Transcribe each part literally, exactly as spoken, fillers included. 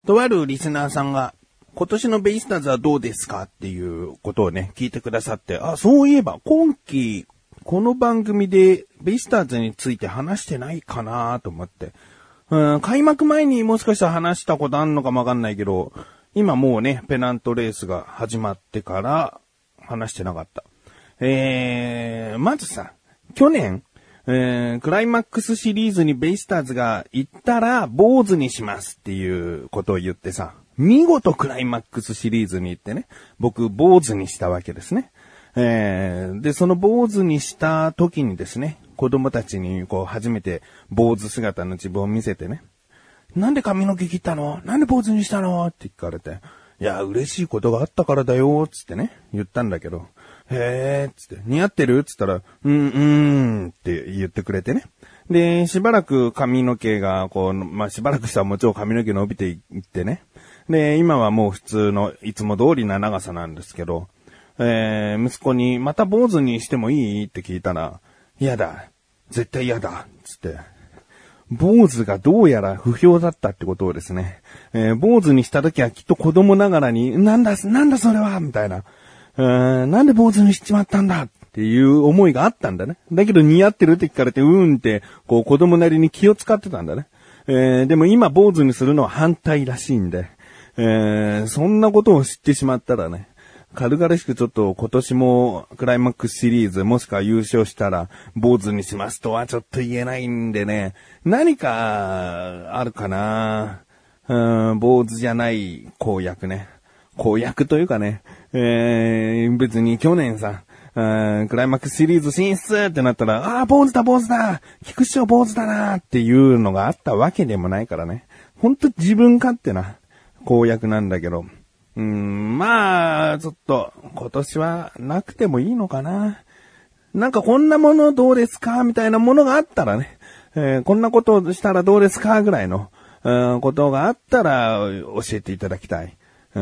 とあるリスナーさんが、今年のベイスターズはどうですかっていうことをね、聞いてくださって、あ、そういえば今期、この番組でベイスターズについて話してないかなと思って、うん、開幕前にもしかしたら話したことあんのかもわかんないけど、今もうね、ペナントレースが始まってから話してなかった。えー、まずさ、去年、えー、クライマックスシリーズにベイスターズが行ったら坊主にしますっていうことを言ってさ、見事クライマックスシリーズに行ってね、僕坊主にしたわけですね。えー、で、その坊主にした時にですね、子供たちにこう初めて坊主姿の自分を見せてね、なんで髪の毛切ったの？なんで坊主にしたの？って聞かれて、いや、嬉しいことがあったからだよ、つってね、言ったんだけど、へー、つって、似合ってる？つったら、うん、うーん、って言ってくれてね。で、しばらく髪の毛が、こう、まあ、しばらくしたらもちろん髪の毛伸びていってね。で、今はもう普通のいつも通りな長さなんですけど、えー、息子にまた坊主にしてもいいって聞いたら、嫌だ。絶対嫌だ。つって。坊主がどうやら不評だったってことをですね、えー、坊主にした時はきっと子供ながらに、なんだ、なんだそれはみたいな。うーん、なんで坊主にしちまったんだっていう思いがあったんだね。だけど似合ってるって聞かれて、うーんって、こう子供なりに気を使ってたんだね。えー、でも今坊主にするのは反対らしいんで、えー、そんなことを知ってしまったらね、軽々しくちょっと今年もクライマックスシリーズもしくは優勝したら坊主にしますとはちょっと言えないんでね、何かあるかな。うーん、坊主じゃない公約ね。公約というかね、えー、別に去年さ、クライマックスシリーズ進出ってなったら、ああ、坊主だ坊主だ菊師匠坊主だなっていうのがあったわけでもないからね。ほんと自分勝手な公約なんだけど、うーん、まあ、ちょっと、今年はなくてもいいのかな。なんかこんなものどうですかみたいなものがあったらね、えー、こんなことをしたらどうですかぐらいの、うん、ことがあったら教えていただきたい、うん、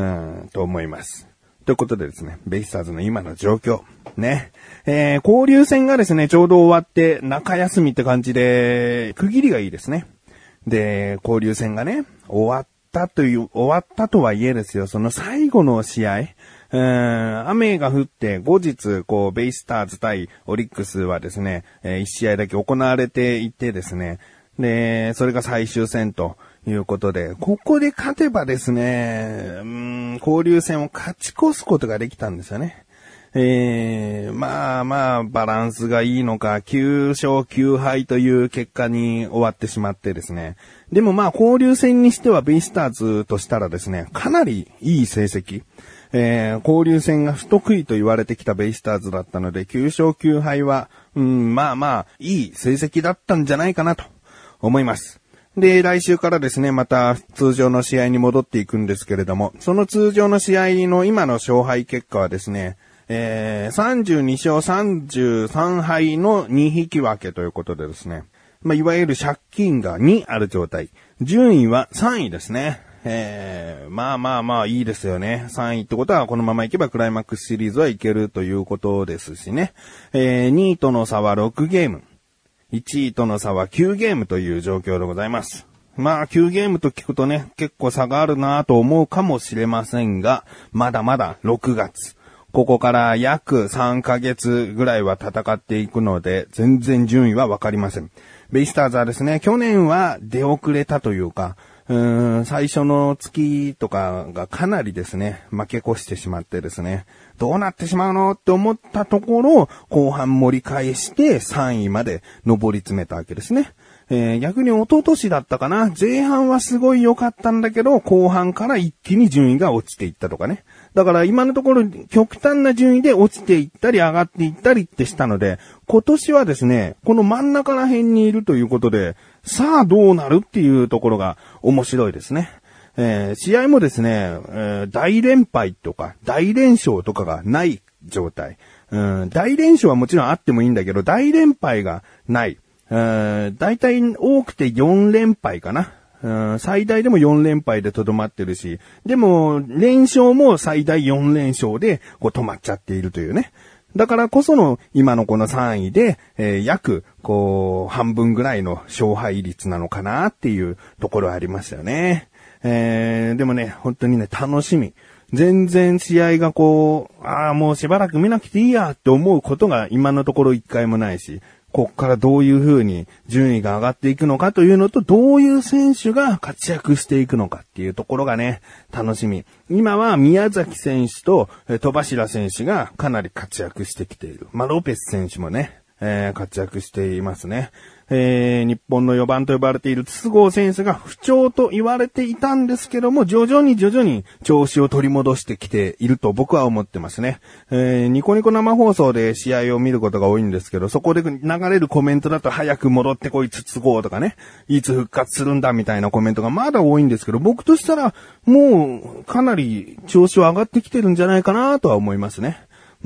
と思います。ということでですね、ベイスターズの今の状況。ね。えー、交流戦がですね、ちょうど終わって中休みって感じで、区切りがいいですね。で、交流戦がね、終わったという、終わったとはいえですよ、その最後の試合、うーん、雨が降って後日、こう、ベイスターズ対オリックスはですね、えー、一試合だけ行われていてですね、で、それが最終戦ということで、ここで勝てばですね、うーん、交流戦を勝ち越すことができたんですよね。えー、まあまあ、バランスがいいのか、きゅう勝きゅう敗という結果に終わってしまってですね。でもまあ、交流戦にしてはベイスターズとしたらですね、かなりいい成績。えー、交流戦が不得意と言われてきたベイスターズだったので、きゅう勝きゅう敗は、うん、まあまあ、いい成績だったんじゃないかなと思います。で、来週からですね、また通常の試合に戻っていくんですけれども、その通常の試合の今の勝敗結果はですね、えー、さんじゅうに勝さんじゅうさん敗のに引き分けということでですね、まあ、いわゆる借金がにある状態。順位はさんいですね。えー、まあまあまあいいですよね。さんいってことはこのままいけばクライマックスシリーズはいけるということですしね。えー、にいとの差はろくゲーム。いちいとの差はきゅうゲームという状況でございます。まあきゅうゲームと聞くとね、結構差があるなと思うかもしれませんが、まだまだろくがつ。ここから約さんかげつぐらいは戦っていくので、全然順位はわかりません。ベイスターズはですね、去年は出遅れたというか、うーん、最初の月とかがかなりですね、負け越してしまってですね、どうなってしまうのって思ったところ、後半盛り返してさんいまで上り詰めたわけですね。えー、逆に一昨年だったかな、前半はすごい良かったんだけど、後半から一気に順位が落ちていったとかね。だから今のところ極端な順位で落ちていったり上がっていったりってしたので、今年はですね、この真ん中ら辺にいるということで、さあどうなるっていうところが面白いですね。えー、試合もですね、えー、大連敗とか大連勝とかがない状態。うん、大連勝はもちろんあってもいいんだけど、大連敗がない。だいたい多くてよん連敗かな。うん、最大でもよん連敗でとどまってるし、でも連勝も最大よん連勝でこう止まっちゃっているというね。だからこその今のこのさんいで、えー、約こう半分ぐらいの勝敗率なのかなっていうところありますよね。 えー、でもね、本当にね、楽しみ。全然試合がこう、ああ、もうしばらく見なくていいやって思うことが今のところ一回もないし、こっからどういう風に順位が上がっていくのかというのと、どういう選手が活躍していくのかっていうところがね、楽しみ。今は宮崎選手と戸柱選手がかなり活躍してきている。まあ、ロペス選手もね、えー、活躍していますね。えー、日本のよばんと呼ばれている筒香選手が不調と言われていたんですけども、徐々に徐々に調子を取り戻してきていると僕は思ってますね。えー、ニコニコ生放送で試合を見ることが多いんですけど、そこで流れるコメントだと早く戻ってこい筒香とかね、いつ復活するんだみたいなコメントがまだ多いんですけど、僕としたらもうかなり調子は上がってきてるんじゃないかなとは思いますね。うん。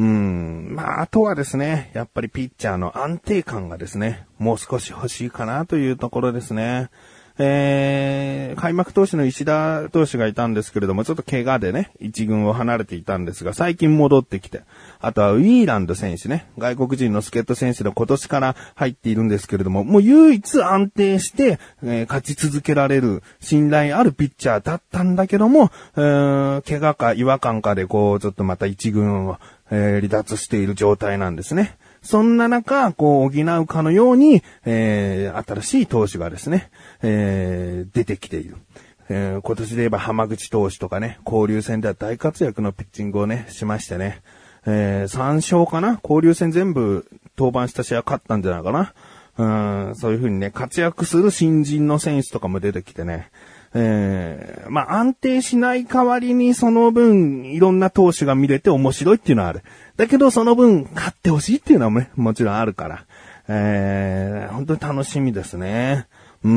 まあ、あとはですね、やっぱりピッチャーの安定感がですね、もう少し欲しいかなというところですね。えー、開幕投手の石田投手がいたんですけれども、ちょっと怪我でね、一軍を離れていたんですが、最近戻ってきて、あとはウィーランド選手ね、外国人の助っ人選手で今年から入っているんですけれども、もう唯一安定して、えー、勝ち続けられる信頼あるピッチャーだったんだけども、えー、怪我か違和感かでこう、ちょっとまた一軍を、えー、離脱している状態なんですね。そんな中、こう、補うかのように、えー、新しい投手がですね、えー、出てきている。えー、今年で言えば浜口投手とかね、交流戦では大活躍のピッチングをね、しましてね、えー、さん勝かな？交流戦全部登板した試合勝ったんじゃないかな？うん、そういう風にね、活躍する新人の選手とかも出てきてね、えー、まあ、安定しない代わりにその分いろんな投手が見れて面白いっていうのはある。だけどその分勝ってほしいっていうのはね、もちろんあるから、えー、本当に楽しみですね。うん、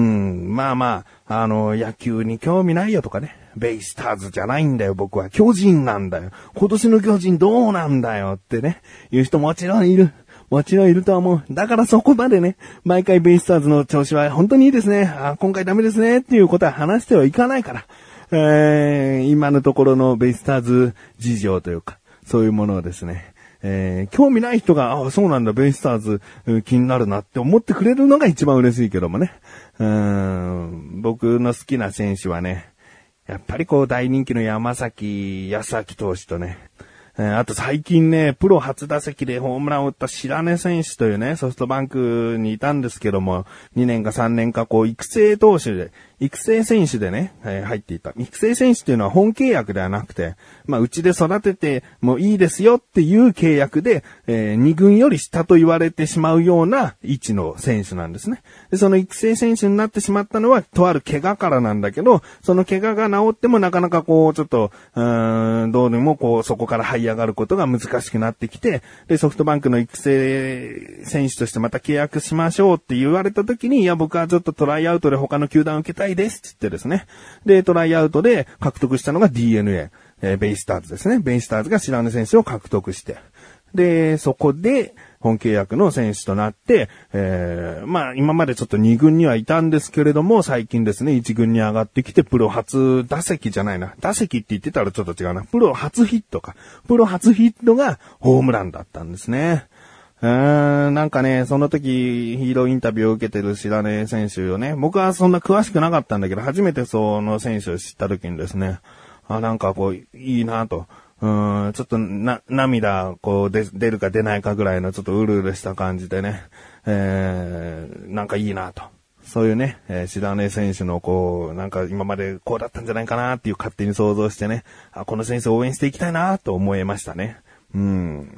まあまあ、あの、野球に興味ないよとかね、ベイスターズじゃないんだよ、僕は巨人なんだよ。今年の巨人どうなんだよってね、いう人もちろんいる。もちろんいるとは思う。だからそこまでね、毎回ベイスターズの調子は本当にいいですね。あ、今回ダメですねっていうことは話してはいかないから。えー、今のところのベイスターズ事情というか、そういうものをですね、えー、興味ない人が、あ、そうなんだ、ベイスターズ気になるなって思ってくれるのが一番嬉しいけどもね。うーん、僕の好きな選手はね、やっぱりこう大人気の山崎康明投手とね、あと最近ね、プロ初打席でホームランを打った白根選手というね、ソフトバンクにいたんですけども、にねんかさんねんかこう育成投手で、育成選手でね、えー、入っていた。育成選手っていうのは本契約ではなくて、まあうちで育ててもいいですよっていう契約で、えー、に軍より下と言われてしまうような位置の選手なんですね。で、その育成選手になってしまったのは、とある怪我からなんだけど、その怪我が治ってもなかなかこう、ちょっと、うーん、どうにもこう、そこから這い上がることが難しくなってきて、で、ソフトバンクの育成選手としてまた契約しましょうって言われた時に、いや、僕はちょっとトライアウトで他の球団を受けたいですって言ってですね。で、トライアウトで獲得したのが ディーエヌエー、えー、ベイスターズですね。ベイスターズが白根選手を獲得して。で、そこで、本契約の選手となって、えー、まあ今までちょっとに軍にはいたんですけれども、最近ですね、いち軍に上がってきて、プロ初打席じゃないな。打席って言ってたらちょっと違うな。プロ初ヒットか。プロ初ヒットがホームランだったんですね。うーん、なんかね、その時ヒーローインタビューを受けてる白根選手をね、僕はそんな詳しくなかったんだけど、初めてその選手を知った時にですね、あ、なんかこう、いいなと。うーん、ちょっとな、涙、こう、で、出るか出ないかぐらいのちょっとうるうるした感じでね、えー、なんかいいなと。そういうね、えー、白根選手のこう、なんか今までこうだったんじゃないかなっていう勝手に想像してね、あ、この選手を応援していきたいなと思いましたね。うん。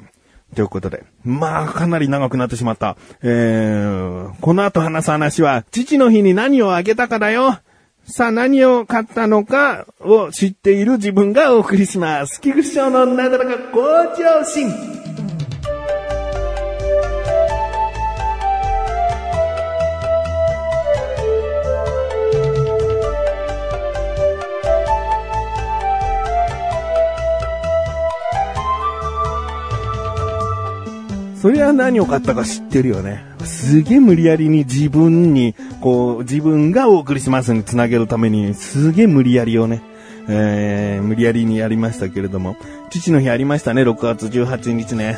ということで。まあ、かなり長くなってしまった。えー、この後話す話は、父の日に何をあげたかだよ。さあ何を買ったのかを知っている自分がお送りします。菊師匠のなだらか向上心。そりゃ何を買ったか知ってるよね。すげえ無理やりに自分に、こう、自分がお送りしますにつなげるために、すげえ無理やりをね、えー、無理やりにやりましたけれども、父の日ありましたね、ろくがつじゅうはちにちね。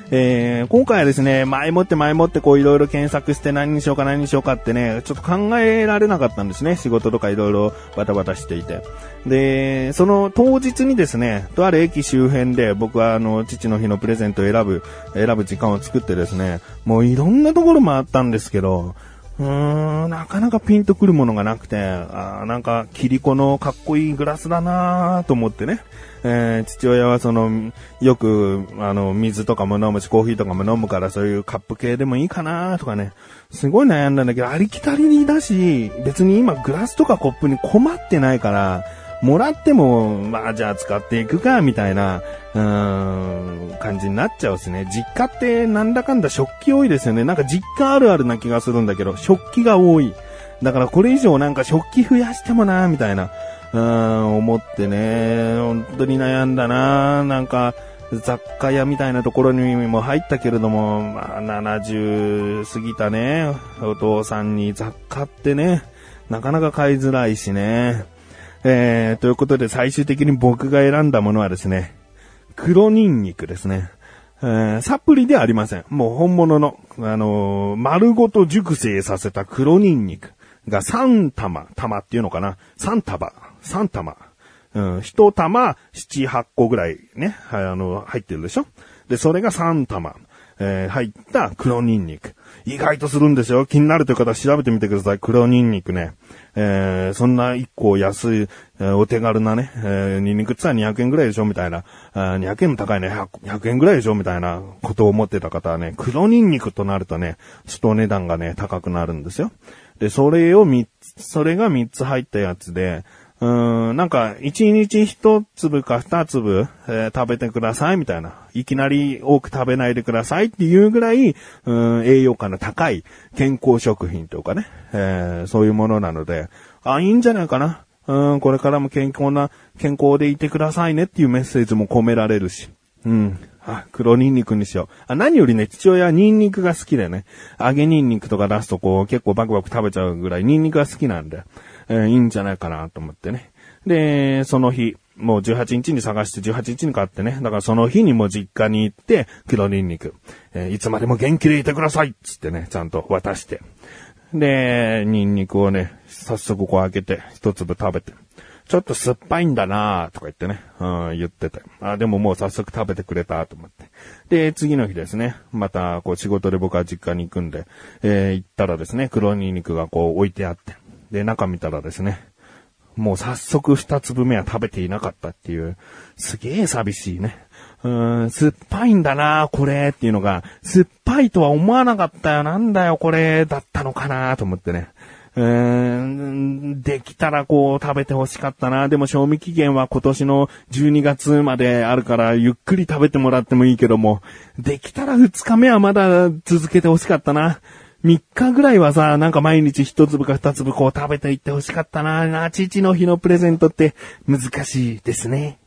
えー、今回はですね、前もって前もってこういろいろ検索して何にしようか何にしようかってね、ちょっと考えられなかったんですね。仕事とかいろいろバタバタしていて。で、その当日にですね、とある駅周辺で僕はあの、父の日のプレゼントを選ぶ、選ぶ時間を作ってですね、もういろんなところ回ったんですけど、うーん、なかなかピンとくるものがなくて、あーなんか、キリコのかっこいいグラスだなーと思ってね。えー、父親はその、よく、あの、水とかも飲むし、コーヒーとかも飲むから、そういうカップ系でもいいかなーとかね。すごい悩んだんだけど、ありきたりだし、別に今グラスとかコップに困ってないから、もらっても、まあじゃあ使っていくか、みたいな、うーん、感じになっちゃうしね。実家ってなんだかんだ食器多いですよね。なんか実家あるあるな気がするんだけど、食器が多い。だからこれ以上なんか食器増やしてもな、みたいな、うーん、思ってね、本当に悩んだな。なんか、雑貨屋みたいなところにも入ったけれども、まあななじゅう過ぎたね、お父さんに雑貨ってね、なかなか買いづらいしね。えー、ということで最終的に僕が選んだものはですね、黒ニンニクですね。えー、サプリではありません。もう本物の、あのー、丸ごと熟成させた黒ニンニクがさん玉、玉っていうのかな ?さん 束、さん玉。うん、いち玉、なな、はち個ぐらいね、はい、あの、入ってるでしょ？で、それがさん玉、えー、入った黒ニンニク。意外とするんですよ。気になるという方は調べてみてください。黒ニンニクね。えー、そんないっこ安い、えー、お手軽なね、えー、ニンニクってさにひゃくえんぐらいでしょみたいな、あにひゃくえんも高いね、ひゃく、ひゃくえんぐらいでしょみたいなことを思ってた方はね、黒ニンニクとなるとね、ちょっとお値段がね、高くなるんですよ。で、それをみっつ、それがみっつ入ったやつで、うーん、なんか、一日一粒か二粒、えー、食べてくださいみたいな。いきなり多く食べないでくださいっていうぐらい、うーん、栄養価の高い健康食品とかね、えー、そういうものなので、あ、いいんじゃないかな。うん、これからも健康な、健康でいてくださいねっていうメッセージも込められるし。うん。あ、黒ニンニクにしよう。あ、何よりね、父親はニンニクが好きでね、揚げニンニクとか出すとこう結構バクバク食べちゃうぐらいニンニクが好きなんで、えー、いいんじゃないかなと思ってね。で、その日、もうじゅうはちにちに探してじゅうはちにちに買ってね。だからその日にもう実家に行って、黒ニンニク、えー、いつまでも元気でいてくださいっつってね、ちゃんと渡して。で、ニンニクをね、早速こう開けて、一粒食べて。ちょっと酸っぱいんだなぁとか言ってね、うん、言ってて。あ、でももう早速食べてくれたと思って。で、次の日ですね、またこう仕事で僕は実家に行くんで、えー、行ったらですね、黒ニンニクがこう置いてあって。で、中見たらですね、もう早速二粒目は食べていなかったっていう、すげえ寂しいね。うーん、酸っぱいんだなこれっていうのが、酸っぱいとは思わなかったよ。なんだよこれだったのかなと思ってね。うーん、できたらこう食べて欲しかったな。でも賞味期限は今年のじゅうにがつまであるからゆっくり食べてもらってもいいけども、できたらふつかめはまだ続けて欲しかったな。みっかぐらいはさ、なんか毎日一粒か二粒こう食べていって欲しかったな。な、父の日のプレゼントって難しいですね。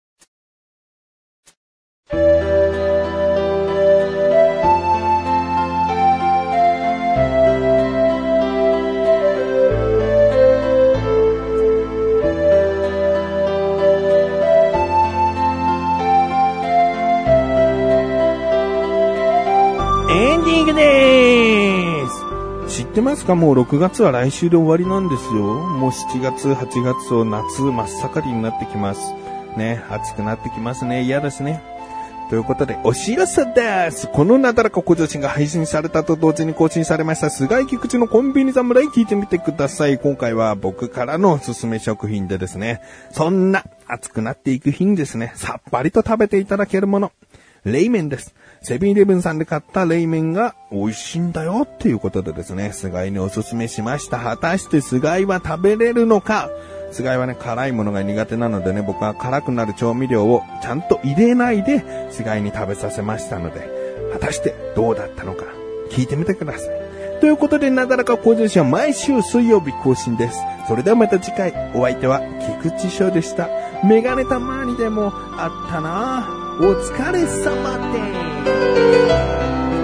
エンディングでーす。知ってますか？もうろくがつは来週で終わりなんですよ。もうしちがつ、はちがつと夏真っ盛りになってきます。ね、暑くなってきますね。嫌ですね。ということで、お知らせです。このなだらか向上心が配信されたと同時に更新されました、菅井菊池のコンビニ侍聞いてみてください。今回は僕からのおすすめ食品でですね、そんな暑くなっていく日にですね、さっぱりと食べていただけるもの、冷麺です。セブンイレブンさんで買った冷麺が美味しいんだよっていうことでですね、菅井におすすめしました。果たして菅井は食べれるのか？菅井はね、辛いものが苦手なのでね、僕は辛くなる調味料をちゃんと入れないで菅井に食べさせましたので、果たしてどうだったのか聞いてみてください。ということで、なだらか向上心は毎週水曜日更新です。それではまた次回、お相手は菊池翔でした。メガネたまにでもあったな。お疲れ様です。